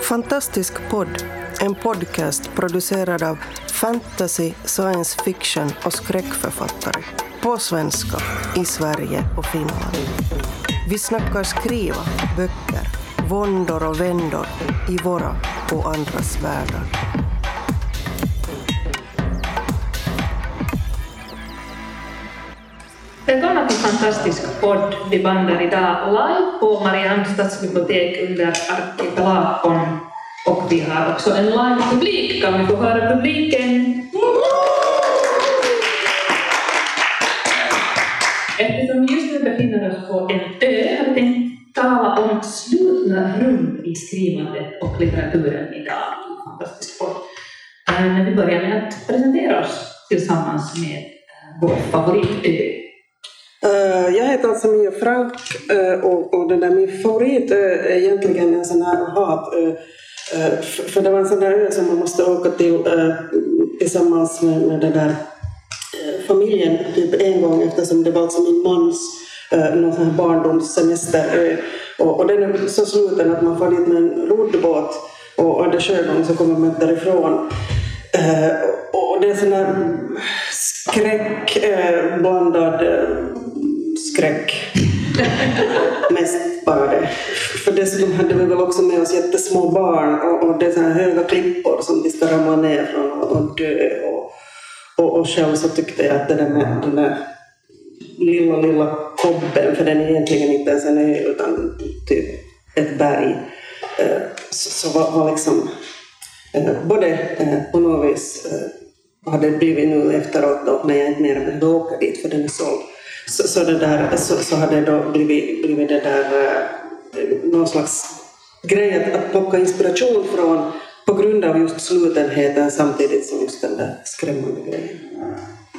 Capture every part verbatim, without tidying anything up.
Fantastisk podd, en podcast producerad av fantasy, science fiction och skräckförfattare. På svenska, i Sverige och Finland. Vi snackar skriva, böcker, våndor och vändor i våra och andras världar. Välkomna till Fantastisk podd. Vi bandar idag live på Mariehamns stadsbibliotek under Arkipelagon. Och vi har också en live-publik. Kan vi få höra publiken? Eftersom vi just nu befinner oss på en ö har vi tänkt tala om slutna rum i skrivandet och litteraturen idag i Fantastisk podd. Men vi börjar med att presentera oss tillsammans med vår favoritö. Jag heter alltså Mia Frank och, och den där min favorit är egentligen en sån här hatö. För det var en sån där ö som man måste åka till tillsammans med, med den där familjen typ en gång, eftersom det var alltså min mans någon sån här barndomssemester. Och, och den är så sluten att man får dit med en roddbåt och, och det sjögång så kommer man därifrån. Och det är sån här skräck blandad skräck. Mest bara det. För dessutom hade vi väl också med oss jättesmå barn och, och det är så här höga klippor som vi ska ramla ner från och, och dö. Och, och, och själv så tyckte jag att det där med den där lilla, lilla kobben, för den är egentligen inte ens en ö utan typ ett berg, så, så var, var liksom både på något vis hade blivit nu efteråt då, när jag inte mer behövde åka dit för den är såld. Så, så, det där, så, så hade det då blivit, blivit det där någon slags grej att, att plocka inspiration från på grund av just slutenheten samtidigt som just den där skrämmande grejen. Mm.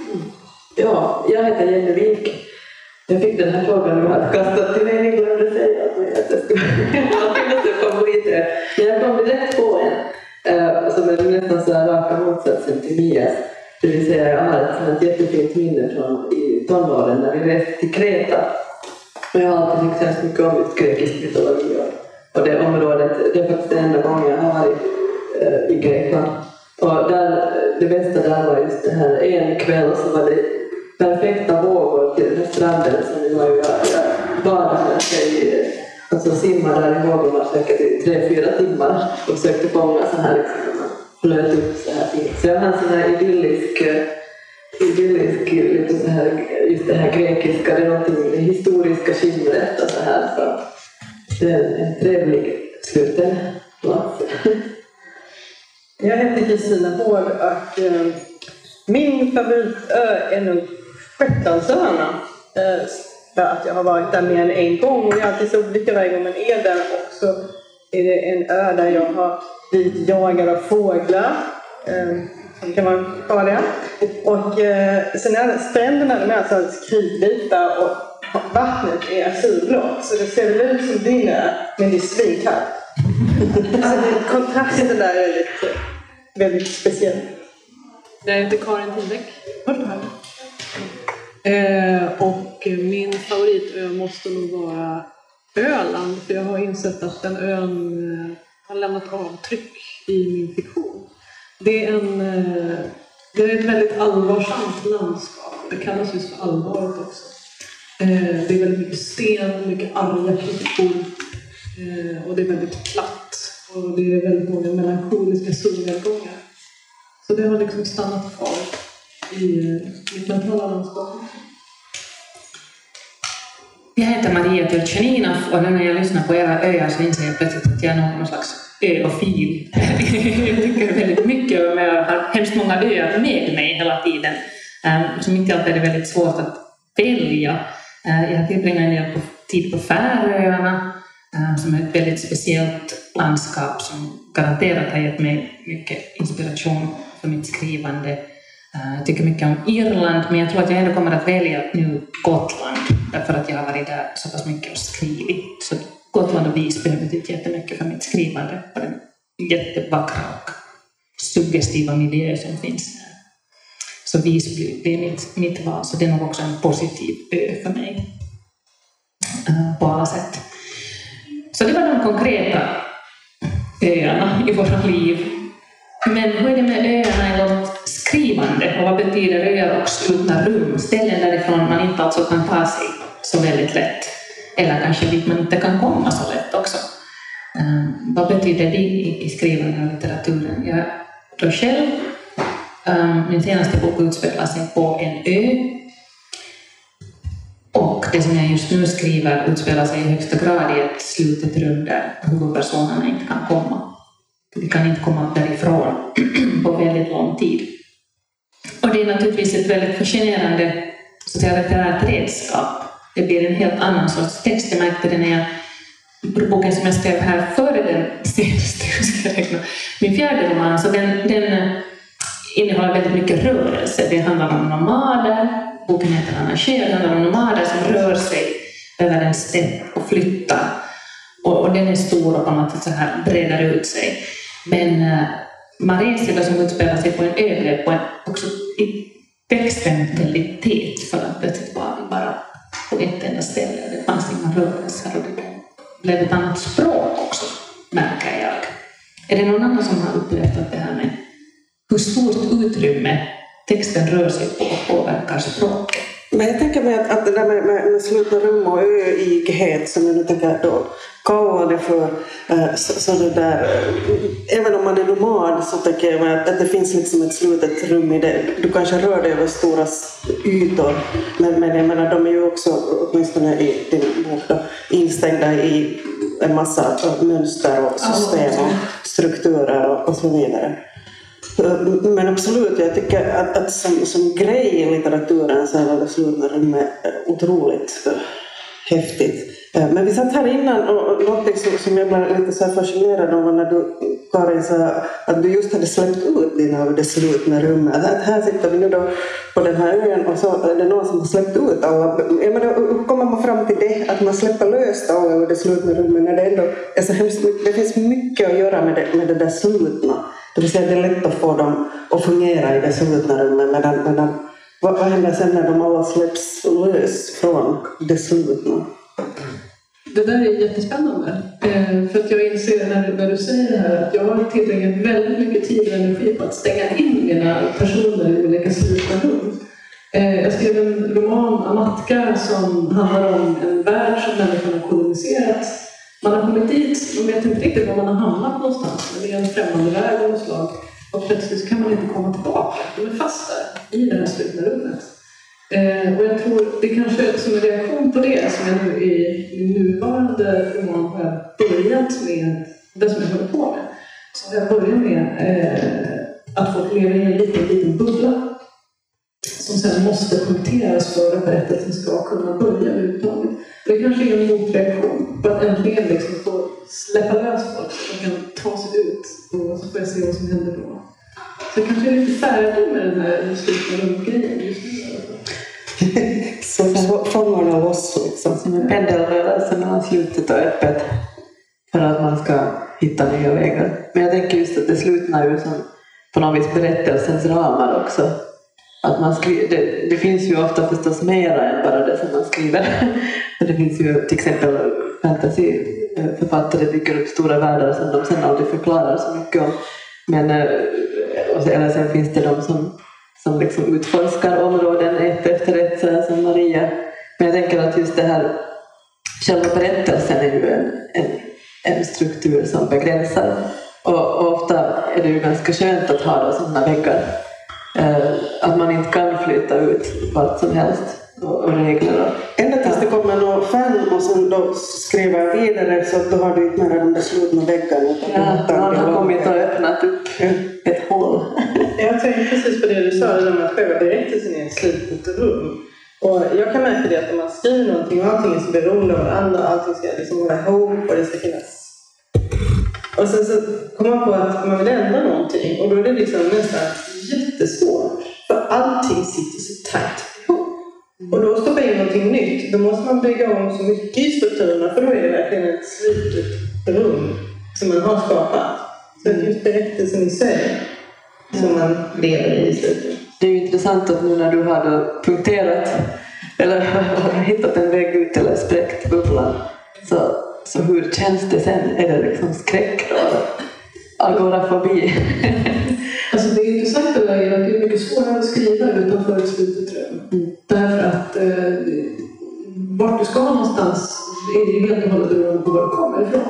Ja, jag heter Jenny Wink. Jag fick den här frågan och hade kastat till mig och glömde säga att jag skulle finnas en favorit. Men jag kom direkt på en uh, som är nästan så här raka motsatsen till Mias. Det vill säga jag har ett, ett jättefint minne från i tonåren när vi reste till Kreta. Och jag har alltid tyckt hemskt mycket om just grekisk mytologi och det området. Det är faktiskt den enda gången jag har varit uh, i Grekland. Och där, det bästa där var just det här en kväll så var det perfekta vågor till den här stranden som vi var ju badade sig, alltså simmade där i vågorna säkert i tre, fyra timmar och försökte fånga så här liksom. Flöt upp så här fint. Så jag har en sån här idyllisk, idyllisk lite så här, just det här grekiska, det är någonting det historiska skimret och så här. Så det är en trevlig sluten plats. Jag heter Kristina Hård och eh, min favoritö är nog Shetlandsöarna. Eh, för att jag har varit där mer än en gång och jag har alltid så olika varje gång man är där. Och så är det en ö där jag har blivit jagad av fåglar. Eh, som kan vara farliga. Och eh, sen är stränderna de är alltså alldeles kritvita och vattnet är azurblått. Så det ser väl ut som din ö, men det är svinkallt. Alltså kontrasten där är lite, väldigt speciell. Jag heter Karin Tidek. Eh, och min favoritö måste nog vara Öland. För jag har insett att den ön eh, har lämnat avtryck i min fiktion. Det är, en, eh, det är ett väldigt allvarsamt landskap. Det kallas just för allvaret också. Eh, det är väldigt mycket sten, mycket arga klippor. Eh, och det är väldigt platt. Och det är väldigt många melankoliska solnedgångar. Så det har liksom stannat kvar i mitt mentala landskap. Jag heter Maria Turchaninov och när jag lyssnar på era öar så inser jag plötsligt att jag är någon slags öofil. Jag tycker väldigt mycket om jag har hemskt många öar med mig hela tiden. Som inte alltid är väldigt svårt att välja. Jag har tillbringat en del tid på Färöarna som är ett väldigt speciellt landskap som garanterat har gett mig mycket inspiration för mitt skrivande. Jag tycker mycket om Irland, men jag tror att jag ändå kommer att välja nu Gotland därför att jag har varit där så pass mycket och skrivit. Så Gotland och Visby har betytt jättemycket för mitt skrivande och den jättevackra och suggestiva miljö som finns där. Så Visby blir mitt, mitt val, så det är nog också en positiv ö för mig på alla sätt. Så det var de konkreta öarna i våra liv. Men hur är det med öarna i vårt skrivande? Och vad betyder öar och slutna rum? Ställen därifrån man inte alltså kan ta sig så väldigt lätt. Eller kanske dit man inte kan komma så lätt också. Um, vad betyder det i, i skrivandet av litteraturen? Jag då själv, um, min senaste bok utspelar sig på en ö. Och det som jag just nu skriver utspelar sig i högsta grad i ett slutet rum där huvudpersonerna inte kan komma. Vi kan inte komma därifrån på väldigt lång tid. Och det är naturligtvis ett väldigt fascinerande så att säga, litterärt redskap. Det blir en helt annan sorts text. Jag märkte det när jag, boken som jag skrev här före den senaste, ska jag räkna, min fjärde roman, så den, den innehåller väldigt mycket rörelse. Det handlar om nomader, boken heter Anarché, det handlar om nomader som rör sig över en stäpp och flyttar. Och, och den är stor och på något sätt så här breder ut sig. Men uh, Maresia som utspelar sig på en ö blev på en, också i texten väldigt tät för att plötsligt var vi bara på ett enda ställe. Det fanns inga rörelser och det blev ett annat språk också, märker jag. Är det någon annan som har upplevt att det här med hur stort utrymme texten rör sig på och påverkar språket? Men jag tänker mig att, att det där med, med, med slutna rum och öighet som jag nu tänker då kalla det för äh, så, så det där, äh, även om man är nomad så tänker jag mig att, att det finns liksom ett slutet rum i det. Du kanske rör dig över stora ytor, men, men jag menar de är ju också åtminstone i din bok då, instängda i en massa mönster och system och strukturer och, och så vidare. Men absolut, jag tycker att, att som, som grej i litteraturen så är det slutna rummet otroligt uh, häftigt. Uh, men vi satt här innan och, och något som, som jag blev lite så fascinerad av var när du, Karin, sa att du just hade släppt ut dina av det slutna rummet. Att här sitter vi nu då på den här ön och så är det någon som har släppt ut alla. Jag menar, hur kommer man fram till det? Att man släpper löst alla över det slutna rummet när det ändå är så hemskt mycket. Det finns mycket att göra med det, med det där slutna. Det vill säga det är lätt att få dem att fungera i det slutna rummet. Medan, medan, vad, vad händer sen när de alla släpps lös från det slutna? Det där är jättespännande. Eh, för att jag inser när, när du säger det här att jag har tillbringat väldigt mycket tid och energi på att stänga in mina personer i olika slutna rum. Eh, jag skrev en roman, Amatka, som handlar om en värld som människan har koloniserat. Man har kommit dit, man vet inte riktigt var man har hamnat någonstans. Men det är en främmande värld av något slag. Och plötsligt kan man inte komma tillbaka. De är fast där, i det här slutna rummet. Eh, och jag tror det kanske som en reaktion på det som jag nu i nuvarande roman har börjat med, det som jag håller på med. Så har jag börjat med eh, att få leva i en liten, liten bubbla. Som sen måste punkteras för att berättelsen ska kunna börja överhuvudtaget. Det kanske är en motreaktion på att äntligen liksom få släppa lös folk så de kan ta sig ut och så får jag se vad som händer då. Så jag kanske är lite färdig med den här slutna rumgrejen just nu. Så fångarna loss liksom. Som en pendelrörelse mellan slutet och öppet för att man ska hitta nya vägar. Men jag tänker just att det slutna ju som på något vis berättelsens ramar också. Att man skriver, det, det finns ju ofta förstås mera än bara det som man skriver. Det finns ju till exempel fantasyförfattare bygger upp stora världar som de sen aldrig förklarar så mycket om. Men, och, eller sen finns det de som, som liksom utforskar områden ett efter ett, så som Maria. Men jag tänker att just det här, själva berättelsen är ju en, en, en struktur som begränsar. Och, och ofta är det ju ganska skönt att ha sådana väggar. Att man inte kan flytta ut vart som helst och, och regler. Ända tills det kommer någon fan och sen då skriver vidare så då har du inte mer de där slutna väggarna. Ja, man har kommit och öppnat upp ett hål. Jag tänkte precis på det du sa, det där med att själva berättelsen är ett slutet rum. Och jag kan märka det att om man skriver någonting och allting är så beroende av varandra, allting ska liksom hålla ihop och det ska finnas. Och sen så kommer man på att man vill ändra någonting och då är det liksom nästan jättesvårt. För allting sitter så tajt ihop. Och då stoppar in någonting nytt. Då måste man bygga om så mycket i strukturerna för då är det verkligen ett slutet rum som man har skapat. Så det är just berättelsen i sig som man lever i i slutet. Det är ju intressant att nu när du har punkterat eller har hittat en vägg ut eller spräckt bubblan så, så hur känns det sen? Är det liksom skräck då? agorafobi. Alltså det intressanta är att det är mycket svårare att skriva utanför ett slutet rum. Mm. Därför att eh, vart du ska någonstans är det ju helt och hållet beroende på var du kommer ifrån.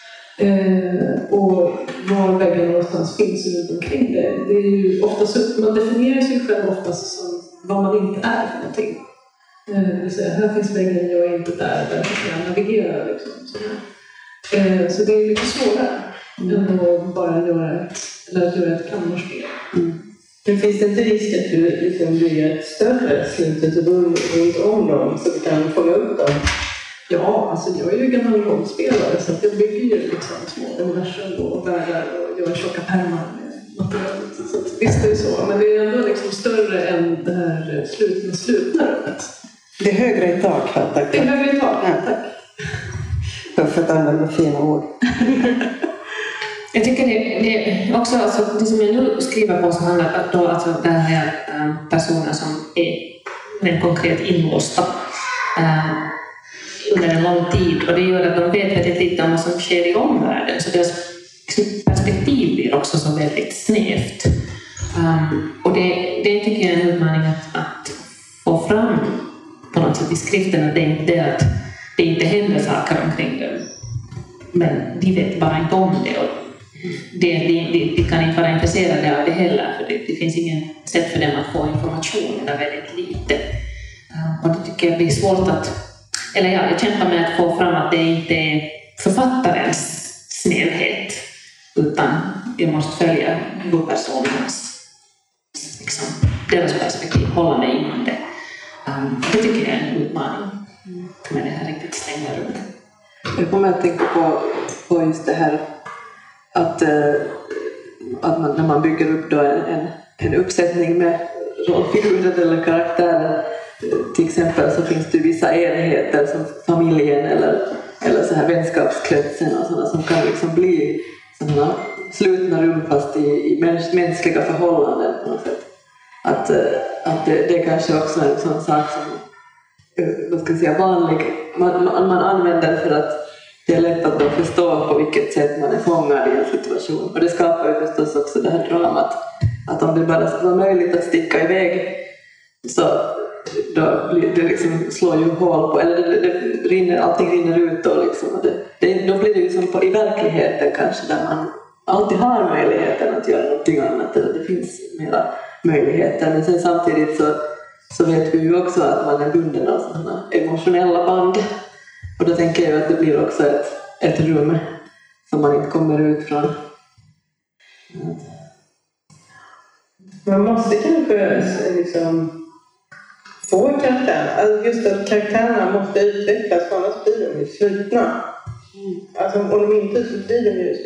Eh, och var väggarna någonstans finns runt omkring det. Det är ju oftast, man definierar sig själv oftast som vad man inte är för någonting. Eh, det vill säga, här finns väggen, jag är inte där, där kan jag navigera liksom. Så, eh, så det är mycket svårare mm. än att bara göra ett, eller att göra ett kammarspel. Mm. Men finns det inte risk att du liksom blir ett större slutet rum runt om dem så du kan fånga upp dem? Ja, alltså jag är ju gammal rollspelare så att jag bygger ju liksom små universum och världar och gör tjocka pärmar med materialet. Så att, visst är det så, men det är ändå liksom större än det här slutna slutna rummet. Det är högre i tak här, tack. Det är högre i tak, ja. Tack. Jag får använda fina ord. Jag tycker det, det är också, alltså, det som jag nu skriver på så handlar då alltså den här um, personer som är en konkret inlåsta um, under en lång tid, och det gör att de vet väldigt lite om vad som sker i omvärlden, så deras perspektiv blir också så väldigt snävt. Um, och det, det tycker jag är en utmaning att, att få fram på något sätt i skriften, att det är inte det att det inte händer saker omkring dem, men de vet bara inte om det, och det, de, de, de kan inte vara intresserade av det heller, för det, det finns ingen sätt för dem att få information eller väldigt lite. Um, och det tycker jag blir svårt att, eller ja, jag kämpar med att få fram att det inte är författarens snävhet, utan jag måste följa huvudpersonernas liksom, deras perspektiv, hålla mig inom det. Um, det tycker jag är en utmaning med det här riktigt stängda rummet. Jag kommer att tänka på, på just det här att, äh, att man, när man bygger upp då en, en, en uppsättning med rollfigurer eller karaktärer, till exempel så finns det vissa enheter som familjen eller, eller så här vänskapskretsen och sådana som kan liksom bli sådana slutna rum fast i, i mäns, mänskliga förhållanden på något sätt. Att, att det, det är kanske också en sån sak som vad ska jag säga, vanlig, man, man, man använder för att det är lätt att förstå på vilket sätt man är fångad i en situation. Och det skapar ju förstås också det här dramat, att om det bara ska vara möjligt att sticka iväg så då blir det liksom, slår ju hål på, eller det, det rinner, allting rinner ut då liksom. Och det, det, då blir det ju som på, i verkligheten kanske, där man alltid har möjligheten att göra någonting annat, eller det finns mera möjligheter, men sen samtidigt så, så vet vi ju också att man är bunden av sådana emotionella band, och då tänker jag att det blir också ett, ett rum som man inte kommer ut från. Man måste kanske liksom få karaktär, alltså just att karaktärerna måste utvecklas, för annars blir de ju slutna. Mm. Alltså om de inte så blir de ju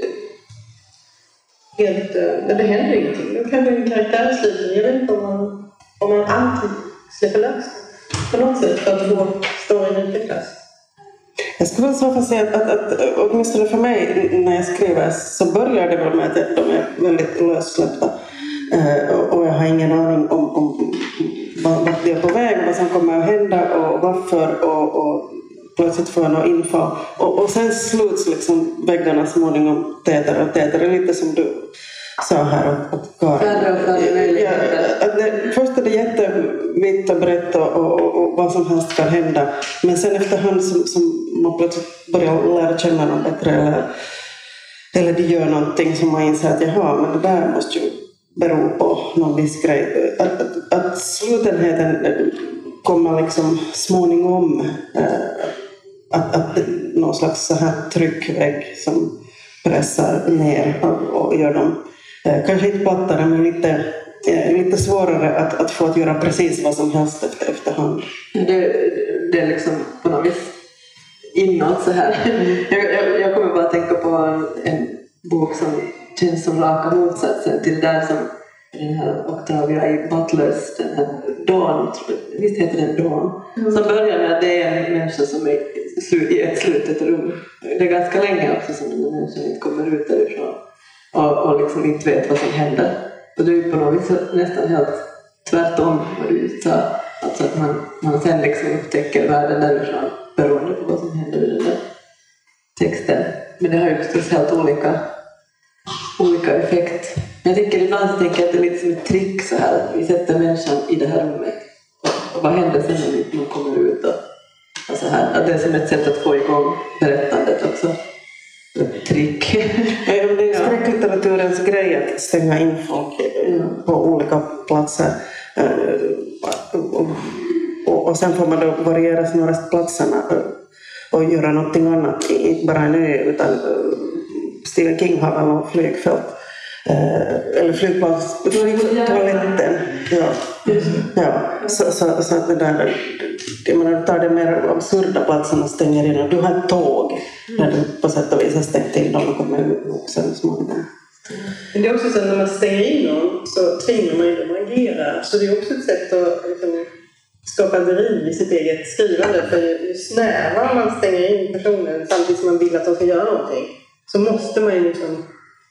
helt, uh, det händer ingenting. Då kanske en karaktär slutar. Jag vet inte om man, om man alltid släpper lös på något sätt för att få storyn utvecklas. Jag skulle väl så säga att, att, att åtminstone för mig när jag skriver så börjar det väl med att de är väldigt lössläppta. Uh, och, och jag har ingen aning om, om vart det är på väg, vad som kommer att hända och varför, och, och plötsligt får jag någon info. Och, och sen sluts liksom väggarna småningom tätare och tätare, lite som du sa här att, att Karin, ja, att det, först är det jättevitt och brett och, och, och vad som helst kan hända, men sen efterhand som, som man plötsligt börjar lära känna dem bättre, eller, eller de gör någonting som man inser att jaha, men det där måste ju bero på någon viss grej. Att, att, att slutenheten kommer liksom småningom, att, att någon slags så här tryckvägg som pressar ner och, och gör dem kanske inte plattare, men lite, lite svårare att, att få att göra precis vad som helst efter, efterhand. Det, det är liksom på något vis inåt så här. Jag, jag, jag kommer bara att tänka på en, en bok som känns som raka motsatsen till det där som den här Octavia i Butlers, den här Dawn, visst heter den Dawn, mm. som börjar med att det är en människa som är i ett slutet rum. Det är ganska länge också som den människan inte kommer ut därifrån och, och liksom inte vet vad som händer. Och det är ju på något vis nästan helt tvärtom vad du sa, alltså att man, man sen liksom upptäcker världen därifrån beroende på vad som händer i den där texten. Men det har ju förstås helt olika olika olika effekt. Men jag tänker ibland så tänker jag att det är lite som ett trick så här. Att vi sätter människan i det här rummet. Och vad händer sen när man kommer ut? Och, och så här. Att det är som ett sätt att få igång berättandet också. Ett trick. Det är skräcklitteraturens grej att stänga in folk på olika platser. Och, och, och sen får man då variera några platserna och göra någonting annat, inte bara en ö utan Stephen King har väl någon flygfält eller flygplats, toaletten. Ja. Ja. Så, så, så att det där, jag menar, du tar det mer absurda platsen och stänger in och du har ett tåg där du på sätt och vis har stängt in dem och kommer ut sen småningom. Men det är också så att när man stänger in någon så tvingar man ju dem att agera. Så det är också ett sätt att liksom, skapa driv i sitt eget skrivande. För ju snävare man stänger in personen samtidigt som man vill att de ska göra någonting, så måste man ju liksom,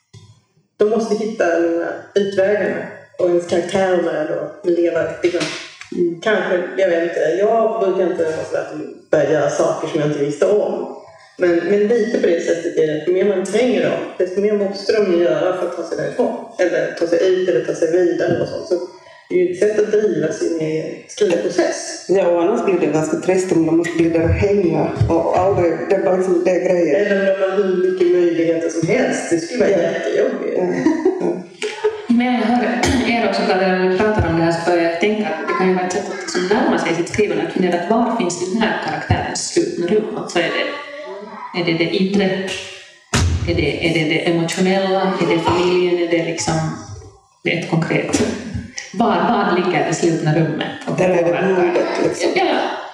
de måste hitta utvägarna och ens karaktär med och leva liksom, mm. kanske, jag vet inte, jag brukar inte börja göra saker som jag inte visste om. Men, men lite på det sättet är det, ju mer man tränger dem, desto mer måste de göra för att ta sig därifrån. Eller ta sig ut eller ta sig vidare och sånt. Så det är ju ett sätt att driva sin skrivprocess. Ja, och annars blir det ganska trist om de måste bli där och hänga. Och aldrig, det är bara liksom det grejer. Eller om de har hur mycket möjligheter som helst. Det skulle vara ja. jättejobbigt. Ja. Ja. Men jag hör er också, när vi pratar om det här så börjar jag tänka att det kan ju vara ett sätt att liksom närma sig sitt skrivande och fundera att var finns den här karaktärens slutna rum? Alltså är det Är det det inre? Är det, är det det emotionella? Är det familjen? Är det liksom det är ett konkret? Var, var ligger det slutna rummet? Och där är det modet liksom. Ja.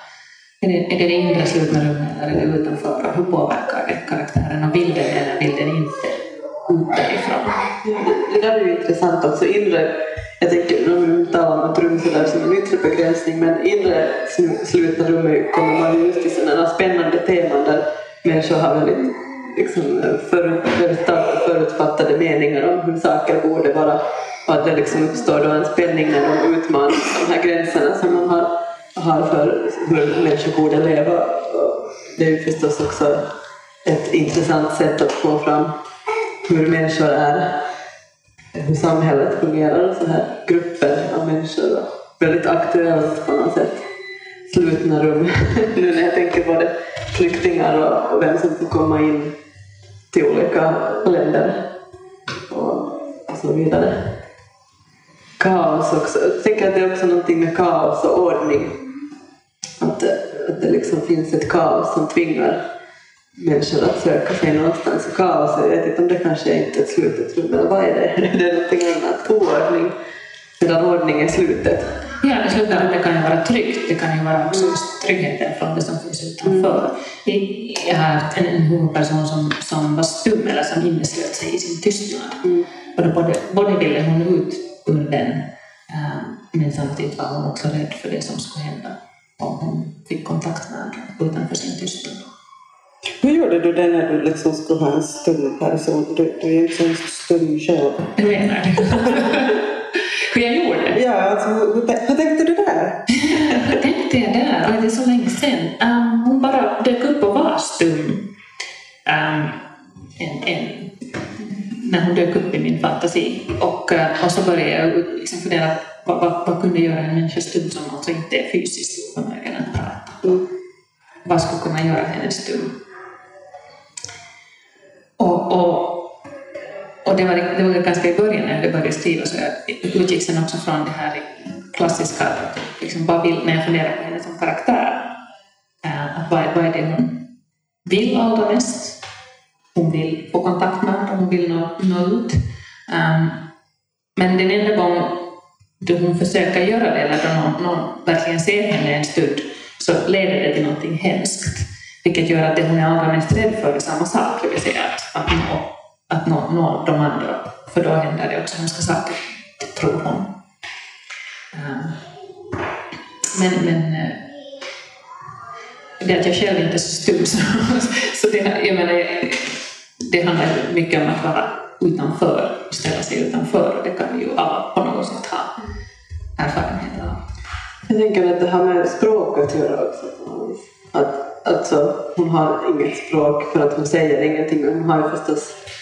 Är det, är det det inre slutna rummet eller är det utanför? Och hur påverkar det karaktären? Och vill den eller vill den inte ut därifrån? Det där är ju intressant också. Inre, jag tänker, om vi talar om ett rum så där som en yttre begränsning, men inre slutna rummet kommer man just till sådana spännande teman där människor har väldigt, liksom, för, väldigt starka förutfattade meningar om hur saker borde vara, och att det liksom uppstår då en spänning när de utmanar de här gränserna som man har, har för hur människor borde leva. Och det är ju förstås också ett intressant sätt att få fram hur människor är, hur samhället fungerar, så här grupper av människor. Väldigt aktuellt på något sätt. Slutna rum. Nu när jag tänker på det, flyktingar och, och vem som får komma in till olika länder och, och så vidare. Kaos också. Jag tänker att det är också någonting med kaos och ordning. Att, att det liksom finns ett kaos som tvingar människor att söka sig någonstans. Och kaos, jag vet inte om det kanske är inte ett slutet rum, eller vad är det? Det är någonting annat. Oordning. Medan ordning är slutet. Ja, det slutar att det kan ju vara tryggt. Det kan ju vara också tryggheten från det som finns utanför. Mm. Jag har haft en, en huvudperson som, som var stum eller som inneslöt sig i sin tystnad. Mm. Och då både, både ville hon ut ur den, äh, men samtidigt var hon också rädd för det som skulle hända om hon fick kontakt med andra utanför sin tystnad. Hur gjorde du det när du liksom skulle ha en stum person? Du, du är inte så stum själv. Hur menar du? Hur jag gjorde? Ja, alltså, hur, hur tänkte du där? Hur tänkte jag där? Och det är så länge sedan. Um, hon bara dök upp och var stum. Um, en, en, när hon dök upp i min fantasi. Och, uh, och så började jag liksom fundera vad, vad, vad kunde göra en människa stum som alltså inte är fysiskt förmögen att prata. Mm. Vad skulle kunna göra henne stum? Och, och Och det var, det var ganska i början när det började skriva, så jag utgick sen också från det här klassiska, liksom, vad vill, när jag funderar på henne som karaktär, äh, att vad, vad är det hon vill allra mest? Hon vill få kontakt med andra, hon vill nå, nå ut. Um, men den enda gång då hon försöker göra det, eller då någon, någon verkligen ser henne en stund, så leder det till någonting hemskt. Vilket gör att det hon är allra mest rädd för är samma sak, det vill säga att, att nå att nå, nå de andra, för då händer det också hemska saker, tror hon. Um, men men det att jag själv inte är så stum, så, så det, jag menar, det handlar mycket om att vara utanför, ställa sig utanför, och det kan ju alla på något sätt ha erfarenhet av. Jag tänker att det har med språk att göra också. Att, alltså, hon har inget språk för att hon säger ingenting, men hon har ju förstås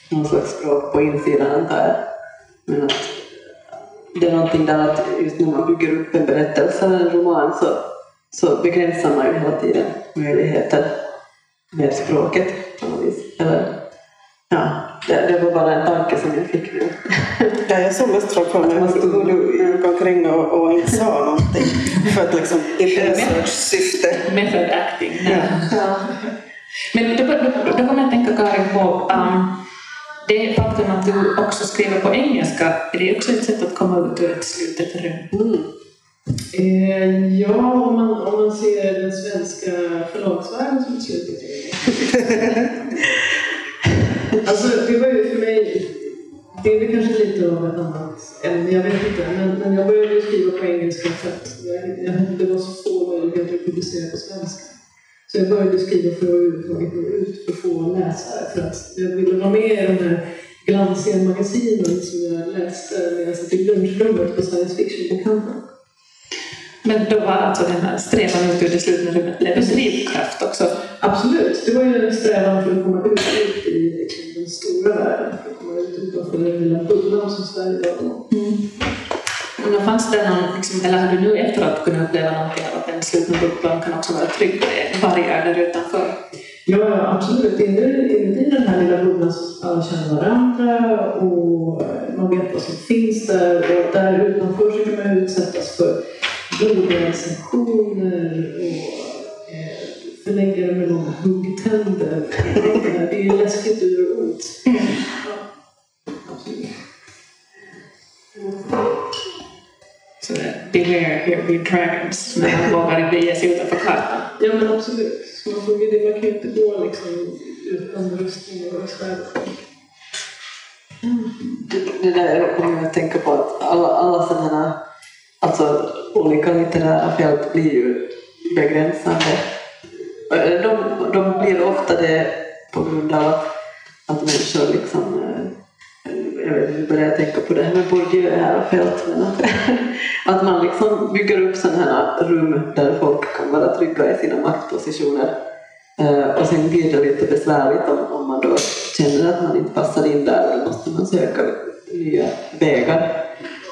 någon slags språk på insidan antar jag. Men att det är någonting där att just när man bygger upp en berättelse eller en roman så, så begränsar man ju hela tiden möjligheter med språket på något vis. Eller, ja, det, det var bara en tanke som jag fick nu. Ja, jag såg mest från mig hur du gick omkring och, och inte sa någonting för att liksom i research-syfte. Method acting. Ja. Ja. Men då, då, då kommer jag tänka, Karin, på um, det faktum att du också skriver på engelska. Är det också ett sätt att komma ut ur ett slutet rum? Mm. Eh, ja, om man, om man ser den svenska förlagsvärlden som ett slutet rum. Alltså, det var ju för mig, det är väl kanske lite av ett annat ämne, jag vet inte, men, men jag började skriva på engelska för att jag, jag, det var så få möjligheter att publicera på svenska. Så jag började skriva för att överhuvudtaget nå ut för få läsare, för att jag ville vara med i de här glansiga magasinen som jag läste när jag satt i lunchrummet på Science Fiction-bokhandeln. Men då var alltså den här strävan ut ur det slutna rummet en drivkraft också? Absolut, det var ju en strävan för att komma ut, ut i liksom, den stora världen, för att komma ut utanför den lilla bubblan som Sverige var. Mm. Men då fanns det någon, liksom, eller har du nu efteråt kunnat uppleva någonting av att den slutna bubblan kan också vara tryggare barriär där utanför? Ja, absolut. Inuti den här lilla bubblan så alla känner varandra och man vet vad som finns där, och där utanför så kan man utsättas för blodiga recensioner och eh, förläggare med långa huggtänder. Det är ju läskigt ur ont. Mm. Ja, absolut. Så beware, here be dragons, när man vågar bege sig utanför kartan. Ja, men absolut. Så man, får ju det, man kan ju inte gå liksom, utan rustning och svärd. Mm. Det, det där kommer jag att tänka på att alla, alla sådana här, alltså olika litterära fält blir ju begränsande. De, de blir ofta det på grund av att, att människor liksom, jag vet inte, börjar tänka på det här med Bourdieu här och fält, men att, att man liksom bygger upp sådana här rum där folk kan vara trygga i sina maktpositioner. Och sen blir det lite besvärligt om, om man då känner att man inte passar in där, eller måste man söka nya vägar.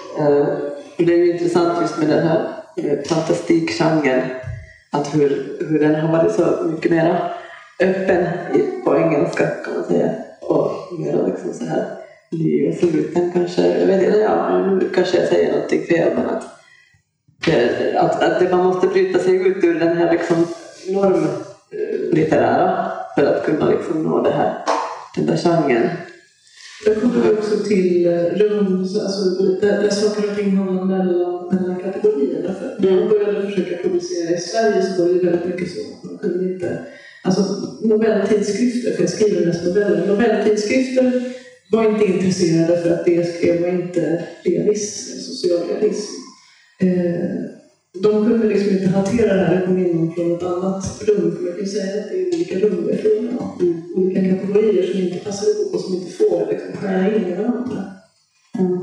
Det är ju intressant just med den här fantastikgenren, att hur, hur den har varit så mycket mer öppen på engelska kan man säga, och mer liksom så här ny och förluten kanske, jag vet inte, ja, nu kanske jag säger någonting fel, men att, att, att det, man måste bryta sig ut ur den här liksom normlitterära för att kunna liksom nå det här, den där genren. Jag kommer också till rum, alltså, där, där saker och ting hamnar mellan, mellan kategorierna. För när jag började försöka publicera i Sverige så var det väldigt mycket så. Man kunde inte, alltså novelltidskrifter, för jag skriver mest noveller. Novelltidskrifter var inte intresserade för att det skrev var inte realism, socialrealism. Eh, de kunde liksom inte hantera det här, det kom in från ett annat rum. För man kan säga att det är olika rum i frågan. Mm. Olika kategorier som inte passar ihop och som inte får liksom skära in i varandra. Mm.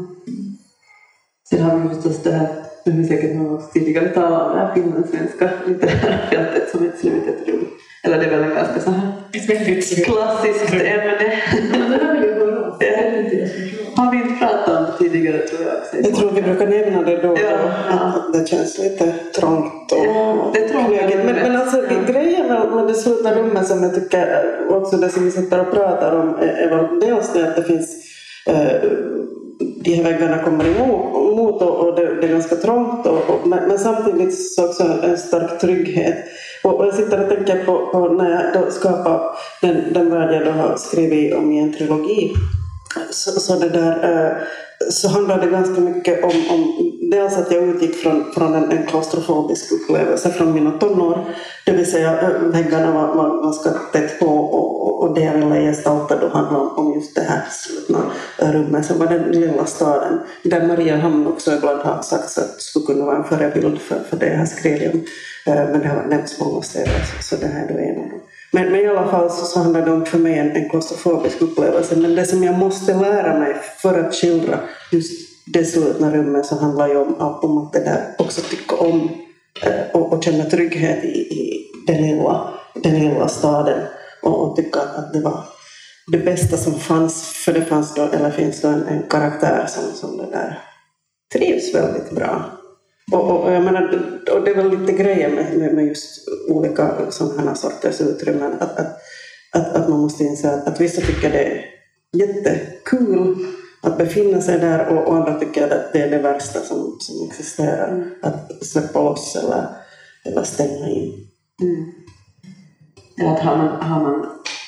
Sen har vi förstås det här, det är säkert någon gång tidigare talat om det här finlandssvenska litterära fältet som ett slutet rum. Eller det är väl en ganska så här klassiskt ämne. Men det här vill jag höra om. Har vi inte pratat om det tidigare, tror jag också. Jag tror vi brukar nämna det då, ja, ja. Att det känns lite trångt och ja, det är trångt. Men, men alltså grejen med, med det slutna rummet som jag tycker också det som vi sitter och pratar om är, är väl dels det att det finns eh, de här väggarna kommer emot och, och det, det är ganska trångt och, och, men, men samtidigt så också en stark trygghet. Och, och jag sitter och tänker på, på när jag då skapar den, den värld jag då har skrivit om i en trilogi. Så, så, det där, så handlar det ganska mycket om, om dels att jag utgick från, från en, en klaustrofobisk upplevelse från mina tonår. Det vill säga väggarna var, var ganska tätt på och, och det jag ville gestalta då handlar om, om just det här slutna rummet som var den lilla staden. Där Mariehamn också ibland har sagt att det skulle kunna vara en förebild för, för det jag har skrivit om. Men det har nämnts många städer så det här är då en av dem. Men, men i alla fall så, så handlar det om för mig en, en klaustrofobisk upplevelse. Men det som jag måste lära mig för att skildra just det slutna rummet så handlar ju om, om att det där också tycka om eh, och, och känna trygghet i, i den, lilla, den lilla staden. Och, och tycka att det var det bästa som fanns, för det fanns då, eller finns då en, en karaktär som, som det där trivs väldigt bra. Och, och, jag menar, och det är väl lite grejer med, med, med just olika sådana här sorters utrymmen, att, att, att, att man måste inse att, att vissa tycker det är jättekul att befinna sig där, och, och andra tycker att det är det värsta som, som existerar, mm. att släppa loss eller, eller stänga in. Mm. Eller att har man, har man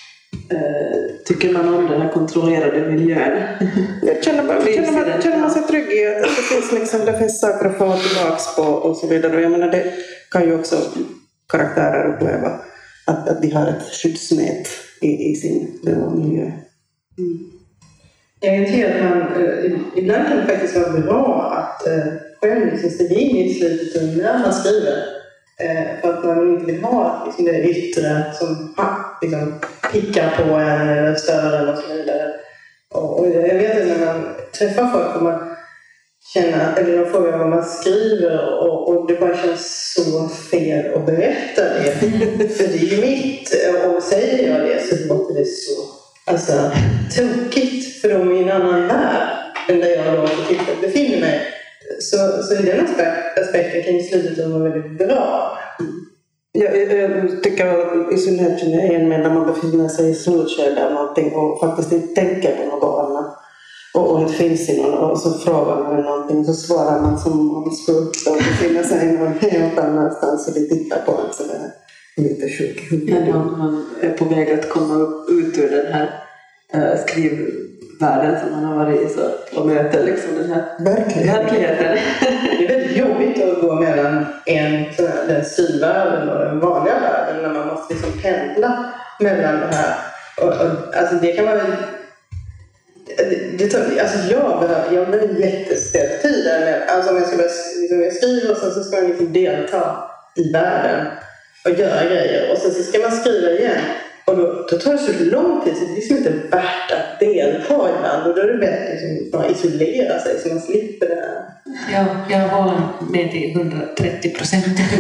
äh, tycker man om den här kontrollerade miljön? Jag känner, man, känner, man, känner man sig trygg i att det finns, liksom, det finns saker att få tillbaka på och så vidare. Och jag menar, det kan ju också karaktärer uppleva, att, att de har ett skyddsnät i, i sin miljö. Mm. Jag tycker att man, eh, ibland kan det faktiskt vara bra att eh, själv liksom stiga in i slutet när man skriver. Eh, för att man inte vill ha liksom, det yttre som ha, liksom, pickar på en eller stör en och så vidare. Och, och jag vet att när man träffar folk och man känner, eller de frågar vad man skriver och, och det bara känns så fel att berätta det. För det är ju mitt, och säger jag det så låter det så alltså, tokigt, för de är i en annan värld än där jag då för tillfället befinner mig. Så, så i den aspekt, aspekten kan ju slutet vara väldigt bra. Jag, jag, jag tycker att i synnerhet känner igen med när man befinner sig i slutskedet av någonting och faktiskt inte tänker på något annat. Och, och det finns i någon, och så frågar man någonting, så svarar man som om man skulle befinna sig någon helt annanstans och de tittar på en sådär lite sjuk. Men man, man är på väg att komma upp, ut ur den här äh, skrivvärlden som man har varit i, så, och möter liksom den här verkligheten. verkligheten. Det är väldigt jobbigt att gå mellan en, den skrivvärlden och den vanliga världen när man måste liksom pendla mellan det här. Och, och, alltså det kan vara det, det tar, alltså jag behöver, jag behöver jätteställd tid där med, alltså om jag ska börja, liksom jag skriver och sen så ska man liksom delta i världen och göra grejer och sen så ska man skriva igen och då, då tar det så lång tid så det är liksom inte värt att delta ibland och då är det bättre liksom att isolera sig så man slipper det här. Ja, jag håller med till hundratrettio procent.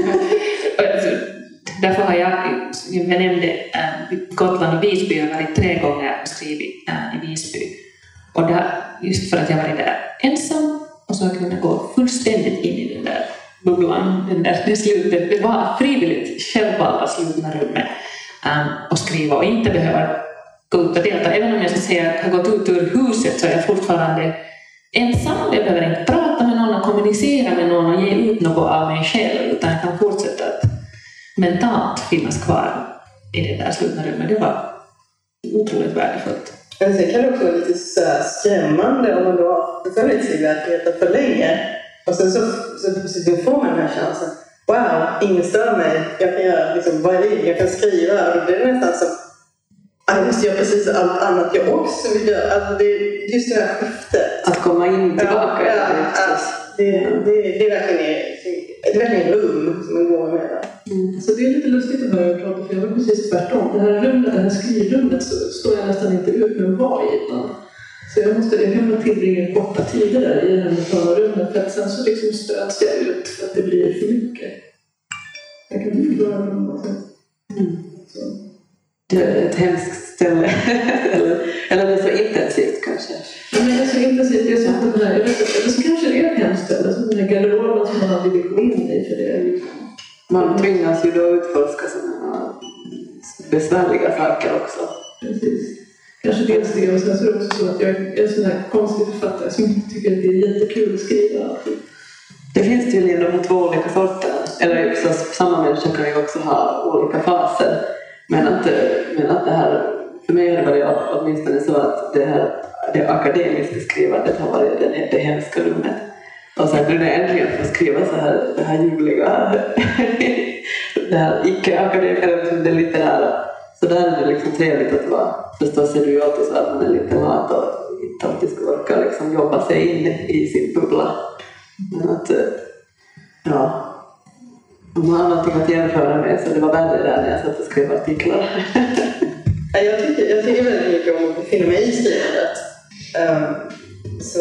Därför har jag, jag nämnde äh, Gotland och Visby, jag har varit tre gånger och skrivit äh, i Visby. Och där, just för att jag varit där ensam och så kunde gå fullständigt in i den där bubblan, den där det slutet. Det var frivilligt självvalda slutna rummet um, och skriva och inte behöva gå ut och delta. Även om jag ska säga att jag har gått ut ur huset så är jag fortfarande ensam. Jag behöver inte prata med någon och kommunicera med någon och ge ut något av mig själv, utan jag kan fortsätta att mentalt finnas kvar i det där slutna rummet. Det var otroligt värdefullt. Men sen kan det också vara lite så skrämmande om man då har befunnit sig i verkligheten för länge. Och sen så, så, så, så får man den här chansen. Wow, ingen stör mig. Jag kan göra liksom, vad jag vill. Jag kan skriva. Och det är nästan som jag måste göra precis allt annat jag också vill göra. Alltså det är just det här skiftet. Att komma in tillbaka. Ja, ja, ja. Det, det, det är verkligen det är verkligen rum som man går med. Mm. Så det är lite lustigt att höra prata, för jag var precis tvärtom. Det här rummet, det här skrivrummet så står jag nästan inte ut med att vara i ibland. Så jag måste, jag kan tillbringa korta tider där i det här mentala rummet, för att sen så liksom stöts jag ut för att det blir för mycket. Jag kan inte förklara det på något sätt. Mm. Så. Det är ett hemskt ställe. eller, eller det är så intensivt kanske. Ja, men det är så intensivt. Det är så att den här, jag vet inte, eller så kanske det är ett hemskt ställe. Som den här garderoben som man aldrig vill gå in i. För det är liksom... Man tvingas ju då utforska sådana besvärliga saker också. Precis. Kanske dels det, och sen så är det också så att jag är en sån här konstig författare som inte tycker att det är jättekul att skriva. Det finns tydligen de två olika sorter. Eller så, samma människa kan ju också ha olika faser. Men att, men att det här, för mig har det varit åtminstone så att det här det akademiska skrivandet har varit det, det hemska rummet. Och sen när det äntligen får skriva så här, det här ljuvliga, det här icke-akademiska, det litterära. Så där är det liksom trevligt att vara. Förstås är det ju alltid så att man är lite lat och inte alltid ska orka liksom jobba sig in i sin bubbla. Men att, ja, om man har någonting att jämföra med så det var värre där när jag satt och skrev artiklar. jag, tycker, jag tycker väldigt mycket om att befinna mig i skrivandet. Um, så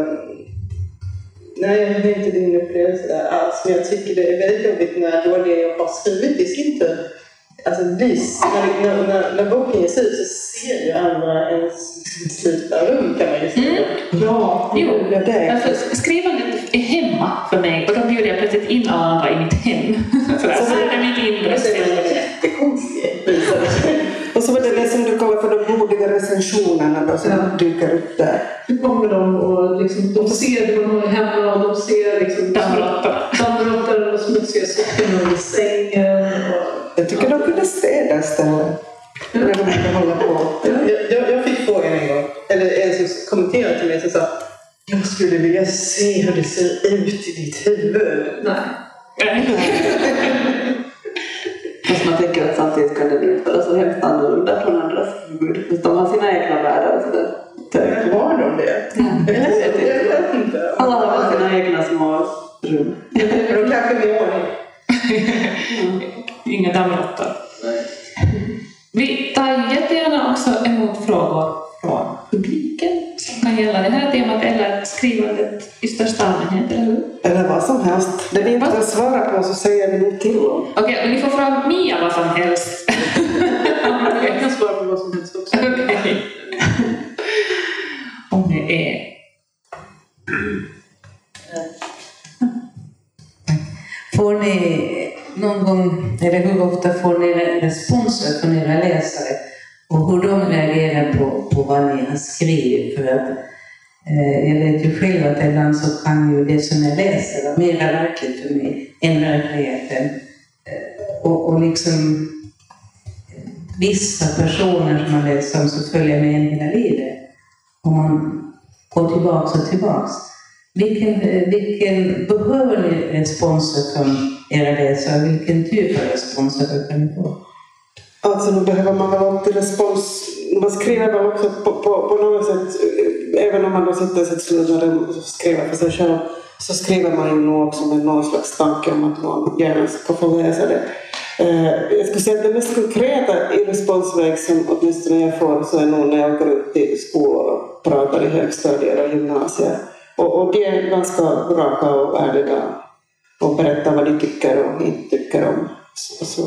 nej, jag har inte din upplevelse där alls. Men jag tycker det är väldigt jobbigt när då det jag har skrivit i sin tur alltså vis, när, när, när, när boken ges ut så ser ju andra ens slutna rum kan man ju säga. Mm. Ja, jo. ja, det är. Alltså, skrivandet är hemma för mig och då bjuder jag plötsligt in alla andra i mitt hem. Så här, så här är mitt inre. Det är jättekonstigt. Och så var det det som du kallar för de blodiga recensionerna då, som ja. dyker upp där. Nu kommer de och liksom, de ser vad de har hemma och de ser liksom dammråttor och smutsiga socken i sängen. Och, jag tycker de kunde städa istället. När de inte hålla på. Jag, jag, jag fick frågan en gång, eller en som kommenterade till mig som sa jag skulle vilja se hur det ser ut i ditt huvud. Nej. Fast man tänker att samtidigt kan det bli så hemskt annorlunda från andras huvud. De har sina egna världar och sådär. Har de det? Mm. Alla har väl sina egna små rum. De kanske med ordning. Mm. Inga dammråttor. Vi tar jättegärna också emot frågor från publiken som kan gälla det här temat eller skrivandet i största allmänhet, eller hur? Eller vad som helst. Det vi inte kan svara på så säger vi nog till om. Okej, okay, men ni får fråga Mia vad som helst. Jag kan svara på vad som helst också. Okej. Okay. Om det är... Får ni någon gång, eller hur ofta får ni responser från era läsare och hur de reagerar på, på vad ni har skrivit? För att eh, jag vet ju själv att ibland så kan ju det som jag läser vara mer verkligt för mig än verkligheten. Eh, och, och liksom vissa personer som man läser om så följer med en hela livet. Och man går tillbaka och tillbaka. Vilken, vilken behöver ni responser från era läsare? Vilken typ av responser kan ni få? Alltså nu behöver man väl alltid respons. Man skriver väl också på, på, på något sätt, även om man då sitter i sitt slutare och skriver för sig själv, så skriver man ju nog också med någon slags tanke om att man gärna ska få läsa det. Jag skulle säga att det mest konkreta i responsväg som åtminstone jag får så är nog när jag går ut i skolor och pratar i högstadier och gymnasier. Och, och det är ganska raka och ärliga och berättar vad de tycker och inte tycker om. Så, så,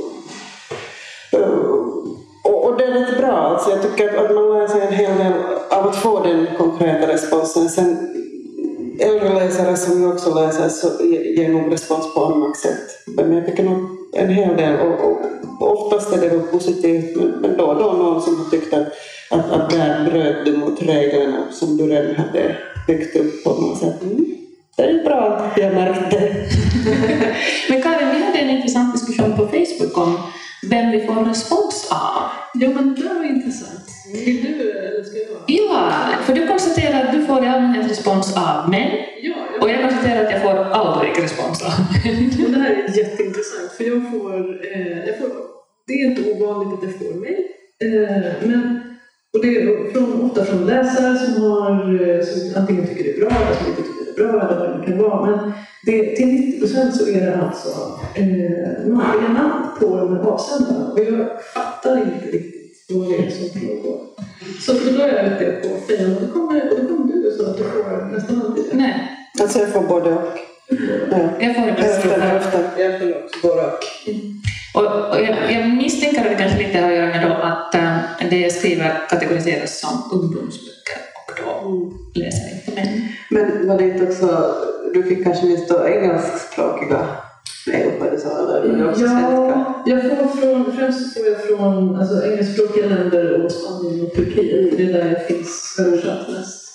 och, och det är rätt bra. Alltså jag tycker att man lär sig en hel del av att få den konkreta responsen. Sen äldre läsare som jag också läser så ger nog respons på annat sätt. Men jag tycker nog en hel del och, och, och oftast är det då positivt. Men, men då och då någon som har tyckt att, att, att där bröt du mot reglerna som du redan hade byggt upp på något sätt. Mm. Det är bra, jag märkte. Men Karin, vi hade en intressant diskussion på Facebook om vem vi får respons av. Ja, men det var intressant. Vill du eller ska jag? Ja, för du konstaterar att du får i allmänhet respons av män. Ja, jag... Och jag konstaterar att jag får aldrig respons av män. Och det här är jätteintressant för jag får, eh, jag får det är inte ovanligt att jag får mejl. Eh, men och det är från, ofta från läsare som, har, som antingen tycker det är bra eller som inte tycker det är bra eller vad det kan vara. Men det, till nittio procent så är det alltså eh, manliga namn på de här avsändarna. Och jag fattar inte riktigt vad det är som pågår. Så då är jag ute på fejan och då kommer, och då kommer du så att du får nästan alltid det. Nej. Alltså jag får både och. Ja. Jag får hälften, hälften. Jag får också både och. Mm. Och, och jag, jag misstänker att det kanske lite har att göra med då att äh, det jag skriver kategoriseras som ungdomsböcker och då mm. läser jag inte män. Men var det inte också, du fick kanske minst då engelskspråkiga mejl på det så eller var det också svenska? Ja, jag får från, främst får jag från alltså, engelskspråkiga länder och Spanien och Turkiet. Det är där jag finns översatt mest.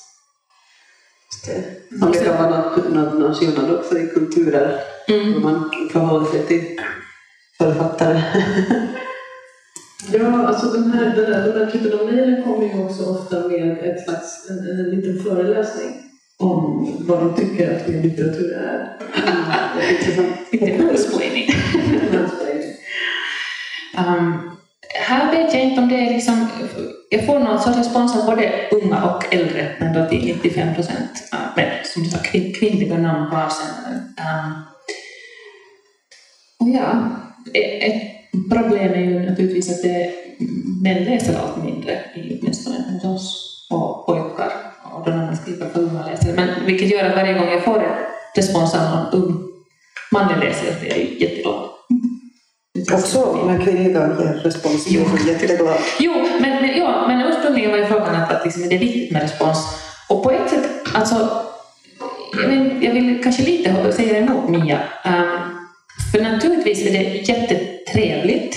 Det kan vara någon, någon, någon skillnad också i kulturer mm. hur man förhåller sig till författare. Ja, alltså den här, den här, den här typen av mejlen kommer ju också ofta med ett slags, en, en liten föreläsning om vad de tycker att min litteratur är. Lite mansplaining. um, här vet jag inte om det är liksom, jag får någon sorts respons av både unga och äldre, men då till nittiofem procent uh, men som du sa, kvin- kvinnliga namn på avsändaren. Um, och ja, ett problem är ju naturligtvis att det, män läser allt mindre i åtminstone hos oss och pojkar och då när man skriver för unga läsare. Men vilket gör att varje gång jag får en respons av någon ung manlig läsare så är jag jätteglad. Också när kvinnor ger respons blir jag jätteglad. Jo, men, men, ja, men ursprungligen var ju frågan att, att liksom, det är viktigt med respons. Och på ett sätt, alltså, jag vill, jag vill kanske lite säga emot Mia. Um, för naturligtvis är det jättetrevligt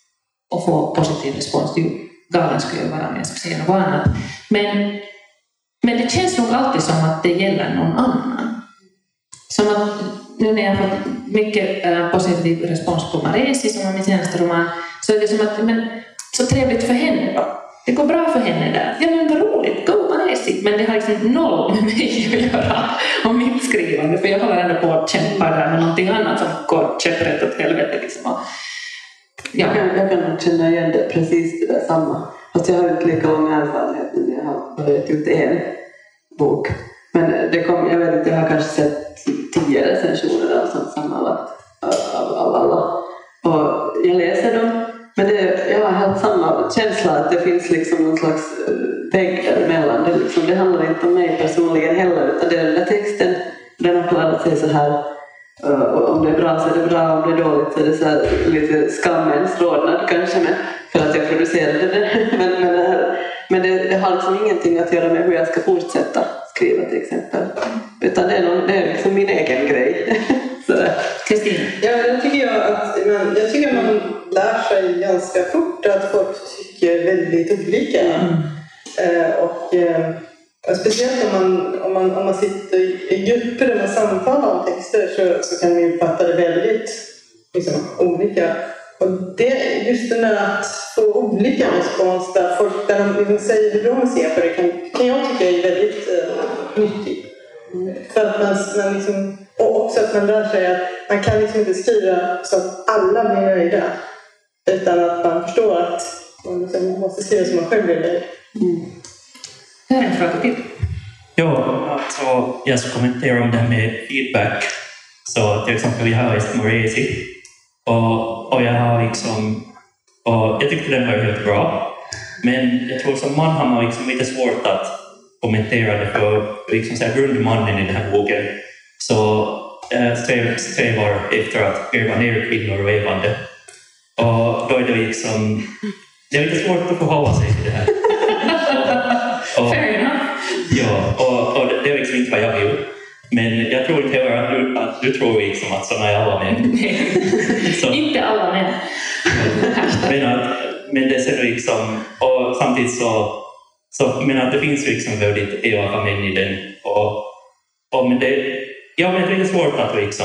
att få positiv respons. Jo, galen skulle ju vara med som säger något annat. Men, men det känns nog alltid som att det gäller någon annan. Som att nu när jag har fått mycket uh, positiv respons på Maresi som var min senaste roman, så är det som att, men så trevligt för henne då. Det går bra för henne där. Ja, men vad roligt. Go Maresi. Men det har liksom noll med mig att göra om mitt skrivande. För jag håller ändå på att kämpa där med någonting annat som går käpprätt åt helvete. Liksom. Och, ja. jag, kan, jag kan känna igen det, precis det där samma. Fast jag har inte lika lång erfarenhet när jag har börjat ut en bok. Men det kom, jag vet inte, jag har kanske sett tio recensioner av sånt sammanlagt av, av alla. Och jag läser dem. Men det, jag har helt samma känsla att det finns liksom någon slags vägg däremellan. Det, liksom, det handlar inte om mig personligen heller, utan det är den där texten, den har klarat sig så här. Och om det är bra så är det bra, om det är dåligt så är det så här lite skammens rodnad kanske med, för att jag producerade det. Men, men, det, här, men det, det har liksom ingenting att göra med hur jag ska fortsätta skriva till exempel. Utan det är, någon, det är liksom min egen grej. Kristin? Ja, jag tycker jag att men jag tycker man lär sig ganska fort att folk tycker väldigt olika. Mm. Eh, och, eh, och speciellt om man, om, man, om man sitter i grupper där man samtalar om texter så, så kan man ju fatta det väldigt liksom, olika. Och det, just det där att få olika respons där folk där de liksom säger hur de ser på det kan, kan jag tycka är väldigt eh, nyttigt. Mm. För att man, man liksom, och också att man lär sig att man kan liksom inte skriva så att alla blir nöjda, utan att man förstår att man liksom måste skriva som man själv blir nöjd. Mm. Det är en fråga till. Ja, alltså jag ska kommentera om det här med feedback. Så till exempel vi har just Maresi och, och jag har liksom, och jag tyckte den var helt bra, men jag tror som man har man liksom lite svårt att kommentera det för liksom så här grundmannen i den här boken så äh, sträv, strävar efter att gräva ner kvinnor och levande. Och då är det liksom, det är lite svårt att förhålla sig till det här. och, och, Fair enough. Ja, och, och det, det är liksom inte vad jag vill. Men jag tror inte heller att du, att du tror liksom att sådana är alla män. så, inte alla män. men, att, men det ser liksom, och samtidigt så Så, men att det finns liksom väldigt elaka män i den. Och, och men det, ja, men det är svårt att liksom...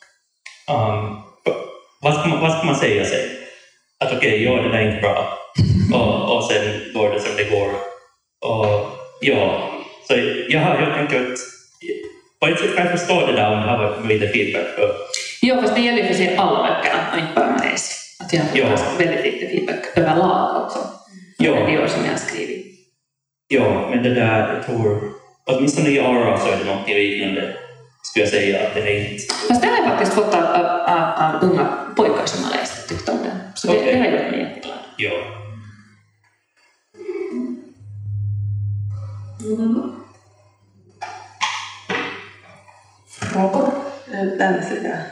Um, vad, ska man, vad ska man säga sig? Att okej, okay, ja, det är inte bra. Och, och sen går det som det går. Och ja, så jag har helt enkelt... Och jag kan förstå det där om det har varit lite feedback. För. Ja, fast det gäller ju för sig alla böckerna och inte bara Maresi. Att jag har fått ja. väldigt lite feedback överlag också. Ja. Det är det år som jag har skrivit. Ja, men det där, jag tror, åtminstone i Ara så är det något liknande, skulle jag säga, att det är inte... Fast det har jag faktiskt fått av, av, av, av unga pojkar som har läst och tyckt om den. Så okay. det, det har gjort mig jätteglad. Ja. Mm. Frågor? Den ser jag.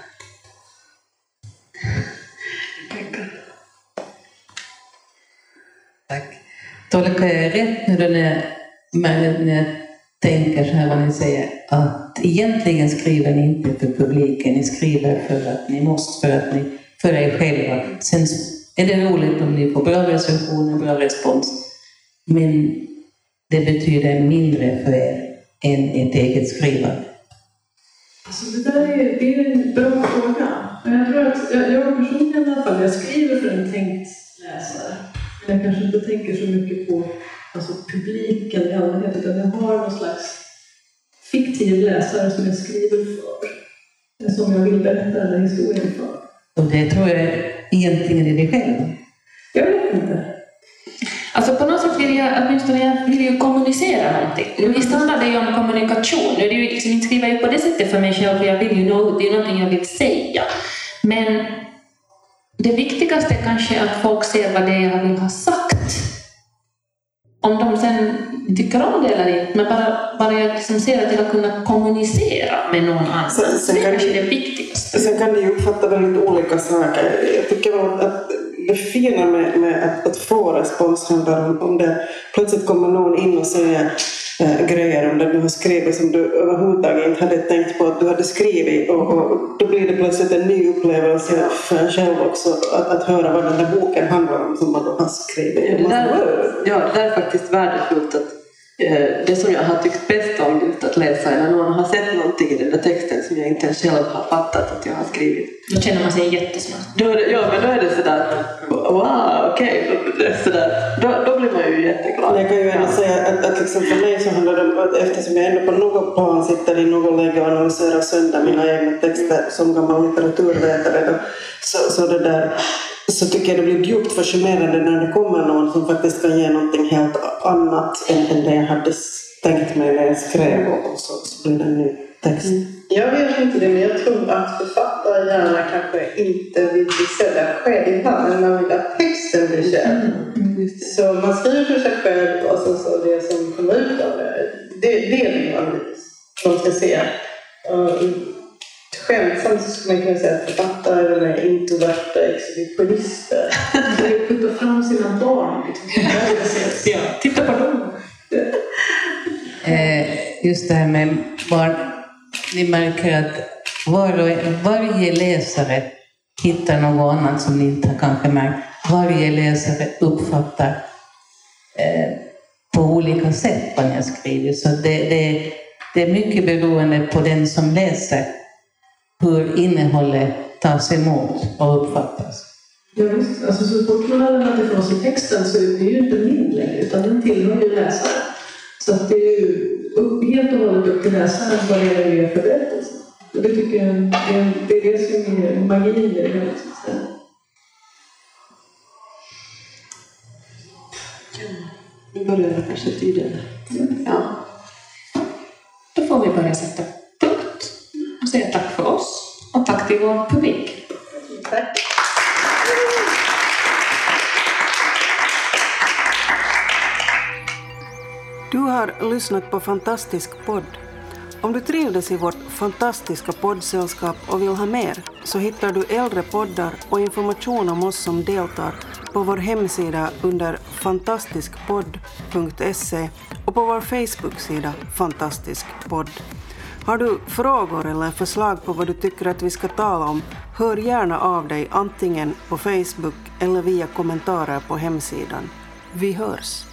Tack. Tolkar jag rätt nu då när, när jag tänker så här vad ni säger, att egentligen skriver ni inte för publiken, ni skriver för att ni måste, för att ni för er själva. Sen är det roligt om ni får bra recensioner, bra respons, men det betyder mindre för er än ett eget skrivande. Alltså det där är, det är en bra fråga. Men jag tror att jag, jag personligen i alla fall, jag skriver för en tänkt läsare. Jag kanske inte tänker så mycket på alltså, publiken i allmänhet, utan jag har någon slags fiktiv läsare som jag skriver för. Som jag vill berätta den här historien för. Och det tror jag egentligen är det själv. Jag vet inte. Alltså på något sätt vill jag, åtminstone jag vill ju kommunicera någonting. Visst handlar det ju om kommunikation. Nu är det ju liksom inte skriva på det sättet för mig själv, för jag vill ju nå, det är någonting jag vill säga. Men det viktigaste är kanske att folk ser vad det är jag vill ha sagt. Om de sen tycker om det eller inte, men bara, bara jag liksom ser att jag kunna kommunicera med någon annan. Sen, sen det är kanske det viktigaste. Sen kan det ju uppfatta väldigt olika saker. Jag tycker att det fina med, med att, att få respons handlar om, om det plötsligt kommer någon in och säger äh, grejer om det du har skrivit som du överhuvudtaget inte hade tänkt på att du hade skrivit, och, och då blir det plötsligt en ny upplevelse för en själv också att, att höra vad den där boken handlar om som man då har skrivit. Ja, det där, ja, det där är faktiskt värdefullt att det som jag har tyckt bäst om just att läsa är när någon har sett någonting i den där texten som jag inte själv har fattat att jag har skrivit. Då känner man sig jättesmart. Då är det, ja, men då är det sådär, wow, okej, okay, då, då blir man ju jätteglad. Jag kan ju ändå säga att, att liksom för mig så handlar det om att eftersom jag ändå på något plan sitter i något läge och analyserar sönder mina egna texter som gammal litteraturvetare då, så, så det där så tycker jag det blir djupt fascinerande när det kommer någon som faktiskt kan ge någonting helt annat än, än det jag hade tänkt mig när jag skrev, och så, så blir det en ny text. Mm. Jag vet inte det, men jag tror att författare gärna kanske inte vill bli sedda själva, men man vill att texten blir känd. Mm. Så man skriver för sig själv och så, så det som kommer ut av det, det, det vill man man ska se. Skämtsamt så skulle man kunna säga att författare är introverta exhibitionister. De puttar fram sina barn. Ja, titta på dem. Eh, just det här med barn. Ni märker att var och, varje läsare hittar något annat som ni inte har kanske märkt. Varje läsare uppfattar eh, på olika sätt vad ni har skrivit. Så det, det, det är mycket beroende på den som läser hur innehållet tas emot och uppfattas. Ja visst, alltså så fort man har lämnat ifrån sig texten så är det ju inte min längre, utan den tillhör ju läsaren. Så att det är ju upp, helt och hållet upp till läsaren vad det är det är för berättelse. Och det tycker jag det är det, är det som är magin i det hela. Nu börjar det kanske tiden. Ja. Då får vi börja sätta punkt och säga tack för oss och tack till vår publik. Tack. Du har lyssnat på Fantastisk podd. Om du trivdes i vårt fantastiska poddsällskap och vill ha mer så hittar du äldre poddar och information om oss som deltar på vår hemsida under fantastiskpodd punkt se och på vår Facebook-sida Fantastisk podd. Har du frågor eller förslag på vad du tycker att vi ska tala om, hör gärna av dig antingen på Facebook eller via kommentarer på hemsidan. Vi hörs!